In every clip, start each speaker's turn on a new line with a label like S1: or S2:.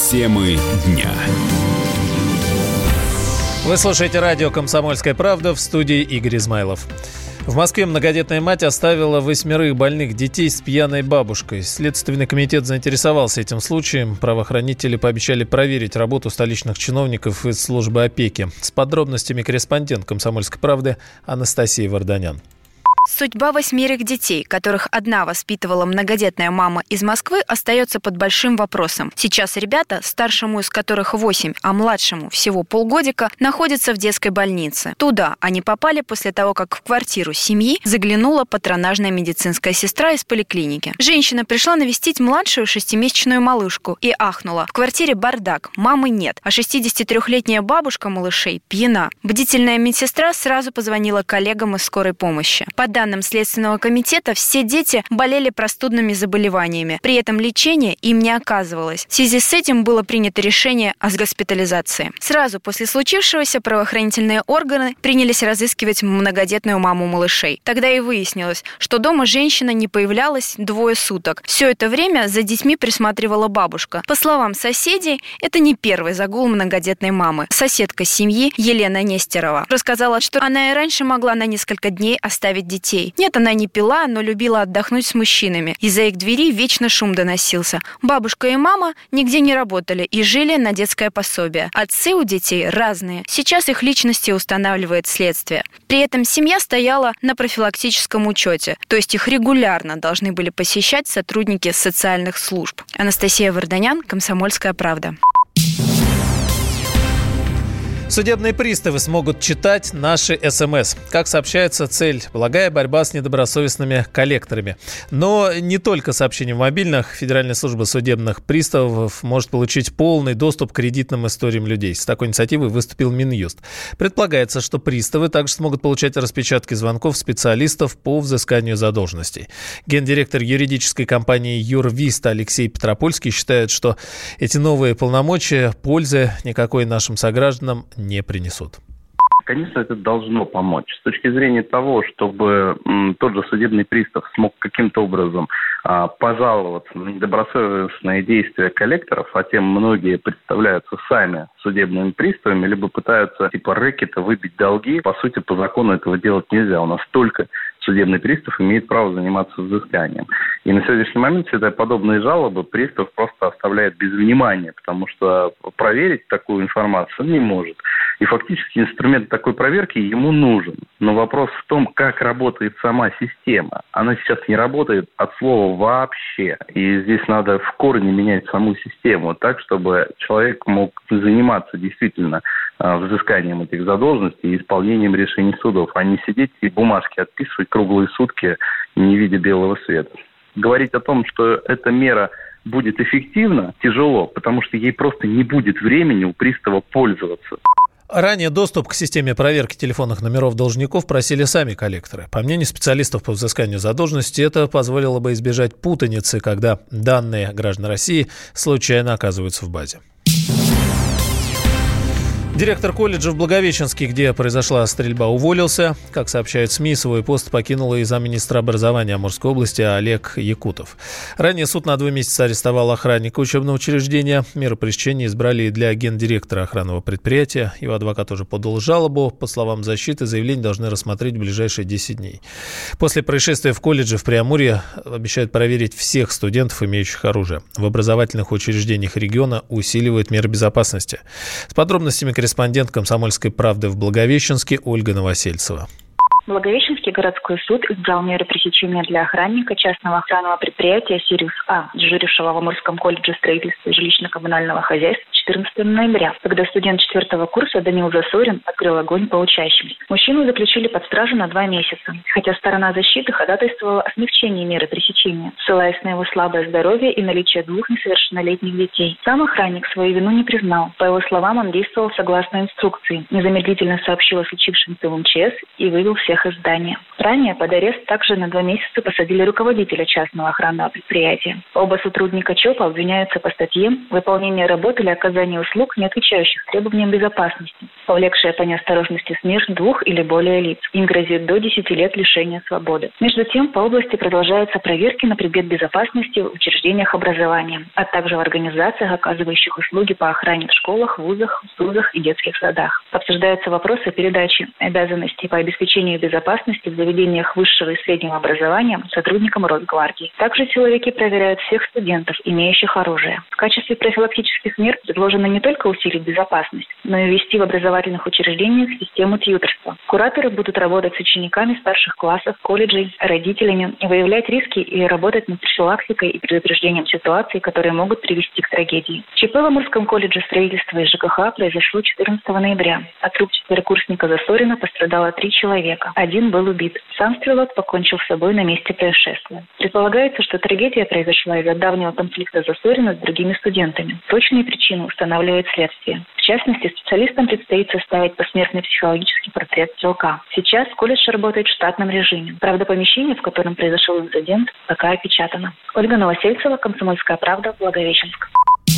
S1: Темы дня.
S2: Вы слушаете радио «Комсомольская правда», в студии Игорь Измайлов. В Москве многодетная мать оставила 8 больных детей с пьяной бабушкой. Следственный комитет заинтересовался этим случаем. Правоохранители пообещали проверить работу столичных чиновников из службы опеки. С подробностями корреспондент «Комсомольской правды» Анастасия Варданян.
S3: Судьба 8 детей, которых одна воспитывала многодетная мама из Москвы, остается под большим вопросом. Сейчас ребята, старшему из которых 8, а младшему всего полгодика, находятся в детской больнице. Туда они попали после того, как в квартиру семьи заглянула патронажная медицинская сестра из поликлиники. Женщина пришла навестить младшую 6-месячную малышку и ахнула. В квартире бардак, мамы нет, а 63-летняя бабушка малышей пьяна. Бдительная медсестра сразу позвонила коллегам из скорой помощи. По данным Следственного комитета, все дети болели простудными заболеваниями. При этом лечение им не оказывалось. В связи с этим было принято решение о госпитализации. Сразу после случившегося правоохранительные органы принялись разыскивать многодетную маму малышей. Тогда и выяснилось, что дома женщина не появлялась 2 суток. Все это время за детьми присматривала бабушка. По словам соседей, это не первый загул многодетной мамы. Соседка семьи Елена Нестерова рассказала, что она и раньше могла на несколько дней оставить детей. Нет, она не пила, но любила отдохнуть с мужчинами. Из-за их двери вечно шум доносился. Бабушка и мама нигде не работали и жили на детское пособие. Отцы у детей разные. Сейчас их личности устанавливает следствие. При этом семья стояла на профилактическом учете, то есть их регулярно должны были посещать сотрудники социальных служб. Анастасия Варданян, «Комсомольская правда».
S2: Судебные приставы смогут читать наши СМС. Как сообщается, цель – благая борьба с недобросовестными коллекторами. Но не только сообщения в мобильных. Федеральная служба судебных приставов может получить полный доступ к кредитным историям людей. С такой инициативой выступил Минюст. Предполагается, что приставы также смогут получать распечатки звонков специалистов по взысканию задолженностей. Гендиректор юридической компании «Юрвист» Алексей Петропольский считает, что эти новые полномочия пользы никакой нашим согражданам не принесут.
S4: Конечно, это должно помочь. С точки зрения того, чтобы тот же судебный пристав смог каким-то образом пожаловаться на недобросовестные действия коллекторов, а тем многие представляются сами судебными приставами, либо пытаются типа рэкета выбить долги. По сути, по закону этого делать нельзя. У нас только судебный пристав имеет право заниматься взысканием. И на сегодняшний момент всегда подобные жалобы пристав просто оставляет без внимания, потому что проверить такую информацию не может. И фактически инструмент такой проверки ему нужен. Но вопрос в том, как работает сама система. Она сейчас не работает от слова вообще. И здесь надо в корне менять саму систему так, чтобы человек мог заниматься действительно взысканием этих задолженностей и исполнением решений судов, а не сидеть и бумажки отписывать круглые сутки, не видя белого света. Говорить о том, что эта мера будет эффективна, тяжело, потому что ей просто не будет времени у пристава пользоваться.
S2: Ранее доступ к системе проверки телефонных номеров должников просили сами коллекторы. По мнению специалистов по взысканию задолженности, это позволило бы избежать путаницы, когда данные граждан России случайно оказываются в базе. Директор колледжа в Благовещенске, где произошла стрельба, уволился. Как сообщают СМИ, свой пост покинул и замминистра образования Амурской области Олег Якутов. Ранее суд на 2 месяца арестовал охранника учебного учреждения. Меру пресечения избрали и для гендиректора охранного предприятия. Его адвокат уже подал жалобу. По словам защиты, заявление должны рассмотреть в ближайшие 10 дней. После происшествия в колледже в Преамурье обещают проверить всех студентов, имеющих оружие. В образовательных учреждениях региона усиливают меры безопасности. С подробностями корреспондент «Комсомольской правды» в Благовещенске Ольга Новосельцева.
S5: Благовещенский городской суд издал меры пресечения для охранника частного охранного предприятия «Сириус А», дежурившего в Амурском колледже строительства и жилищно-коммунального хозяйства 14 ноября, когда студент 4 курса Данил Засорин открыл огонь по учащимся. Мужчину заключили под стражу на 2 месяца, хотя сторона защиты ходатайствовала о смягчении меры пресечения, ссылаясь на его слабое здоровье и наличие 2 несовершеннолетних детей. Сам охранник свою вину не признал. По его словам, он действовал согласно инструкции, незамедлительно сообщил о случившемся в МЧС и вывел всех выходах из здания. Ранее под арест также на 2 месяца посадили руководителя частного охранного предприятия. Оба сотрудника ЧОПа обвиняются по статье «Выполнение работы или оказание услуг, не отвечающих требованиям безопасности», повлекшая по неосторожности смерть 2 или более лиц. Им грозит до 10 лет лишения свободы. Между тем, по области продолжаются проверки на предмет безопасности в учреждениях образования, а также в организациях, оказывающих услуги по охране в школах, вузах, СУЗах и детских садах. Обсуждаются вопросы передачи обязанностей по обеспечению безопасности в заведениях высшего и среднего образования сотрудникам Росгвардии. Также силовики проверяют всех студентов, имеющих оружие. В качестве профилактических мер предложено не только усилить безопасность, но и ввести в образовательных учреждениях систему тьюторства. Кураторы будут работать с учениками старших классов, колледжей, родителями, выявлять риски и работать над профилактикой и предупреждением ситуаций, которые могут привести к трагедии. ЧП в Амурском колледже строительства и ЖКХ произошло 14 ноября. От рук 4-курсника Засорина пострадало 3 человека. 1 был убит. Сам стрелок покончил с собой на месте происшествия. Предполагается, что трагедия произошла из-за давнего конфликта Засорина с другими студентами. Точные причины устанавливает следствие. В частности, специалистам предстоит составить посмертный психологический портрет стрелка. Сейчас колледж работает в штатном режиме. Правда, помещение, в котором произошел инцидент, пока опечатано. Ольга Новосельцева, «Комсомольская правда», Благовещенск.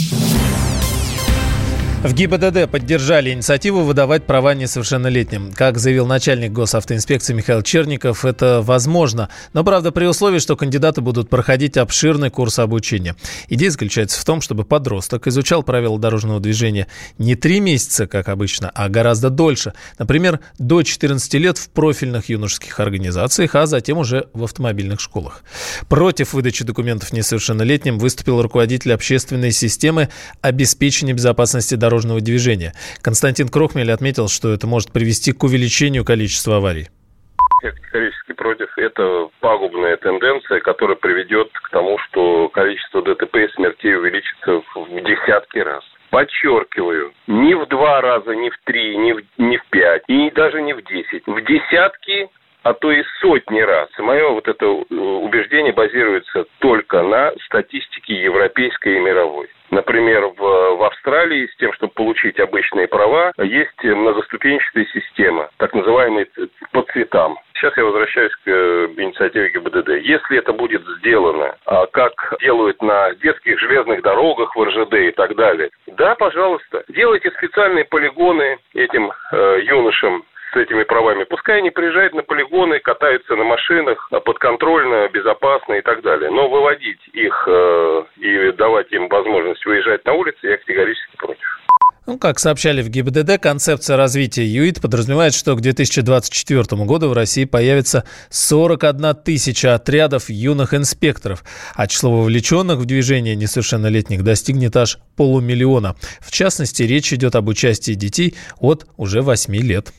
S2: В ГИБДД поддержали инициативу выдавать права несовершеннолетним. Как заявил начальник госавтоинспекции Михаил Черников, это возможно. Но, правда, при условии, что кандидаты будут проходить обширный курс обучения. Идея заключается в том, чтобы подросток изучал правила дорожного движения не 3 месяца, как обычно, а гораздо дольше. Например, до 14 лет в профильных юношеских организациях, а затем уже в автомобильных школах. Против выдачи документов несовершеннолетним выступил руководитель общественной системы обеспечения безопасности дорожного движения. Константин Крохмель отметил, что это может привести к увеличению количества аварий.
S1: Я категорически против. Это пагубная тенденция, которая приведет к тому, что количество ДТП и смертей увеличится в десятки раз. Подчеркиваю, не в 2 раза, не в 3, не в 5, и даже не в 10. В десятки, а то и сотни раз. И мое вот это убеждение базируется только на статистике европейской и мировой. Например, в Австралии с тем, чтобы получить обычные права, есть многоступенчатая система, так называемая по цветам. Сейчас я возвращаюсь к инициативе ГИБДД. Если это будет сделано, как делают на детских железных дорогах в РЖД и так далее, да, пожалуйста, делайте специальные полигоны этим юношам с этими правами. Пускай они приезжают на полигоны, катаются на машинах подконтрольно, безопасно и так далее. Но выводить их и давать им возможность выезжать на улицы я категорически против.
S2: Как сообщали в ГИБДД, концепция развития ЮИД подразумевает, что к 2024 году в России появится 41 тысяча отрядов юных инспекторов, а число вовлеченных в движение несовершеннолетних достигнет аж 500 000. В частности, речь идет об участии детей от уже 8 лет.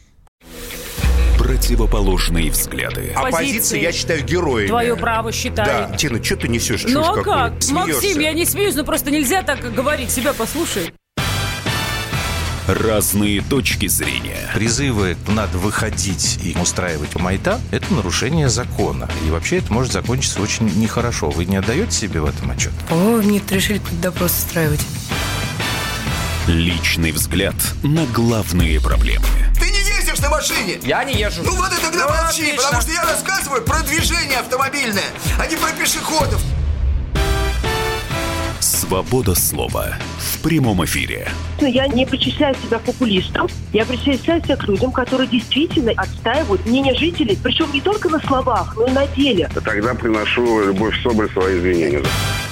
S6: Противоположные взгляды.
S7: Оппозиция, я считаю, героями.
S8: Твое право считаю.
S7: Да, Тина, что ты несешь?
S8: Ну а как? Максим, я не смеюсь, но просто нельзя так говорить. Себя послушай.
S6: Разные точки зрения.
S9: Призывы «надо выходить и устраивать майдан» — это нарушение закона. И вообще это может закончиться очень нехорошо. Вы не отдаете себе в этом отчет?
S8: Нет, решили допрос устраивать.
S6: Личный взгляд на главные проблемы.
S7: Ты не ездишь на машине?
S10: Я не езжу.
S7: Ну вот и тогда молчи, отлично. Потому что я рассказываю про движение автомобильное, а не про пешеходов.
S6: Свобода слова в прямом эфире.
S11: Я не причисляю себя к популистам. Я причисляю себя к людям, которые действительно отстаивают мнение жителей. Причем не только на словах, но и на деле.
S12: Тогда приношу Любовь Соболь свои извинения.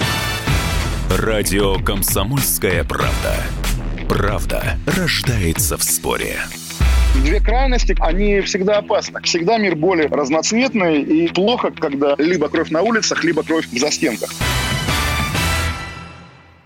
S6: Радио «Комсомольская правда». Правда рождается в споре.
S13: Две крайности, они всегда опасны. Всегда мир более разноцветный и плохо, когда либо кровь на улицах, либо кровь в застенках.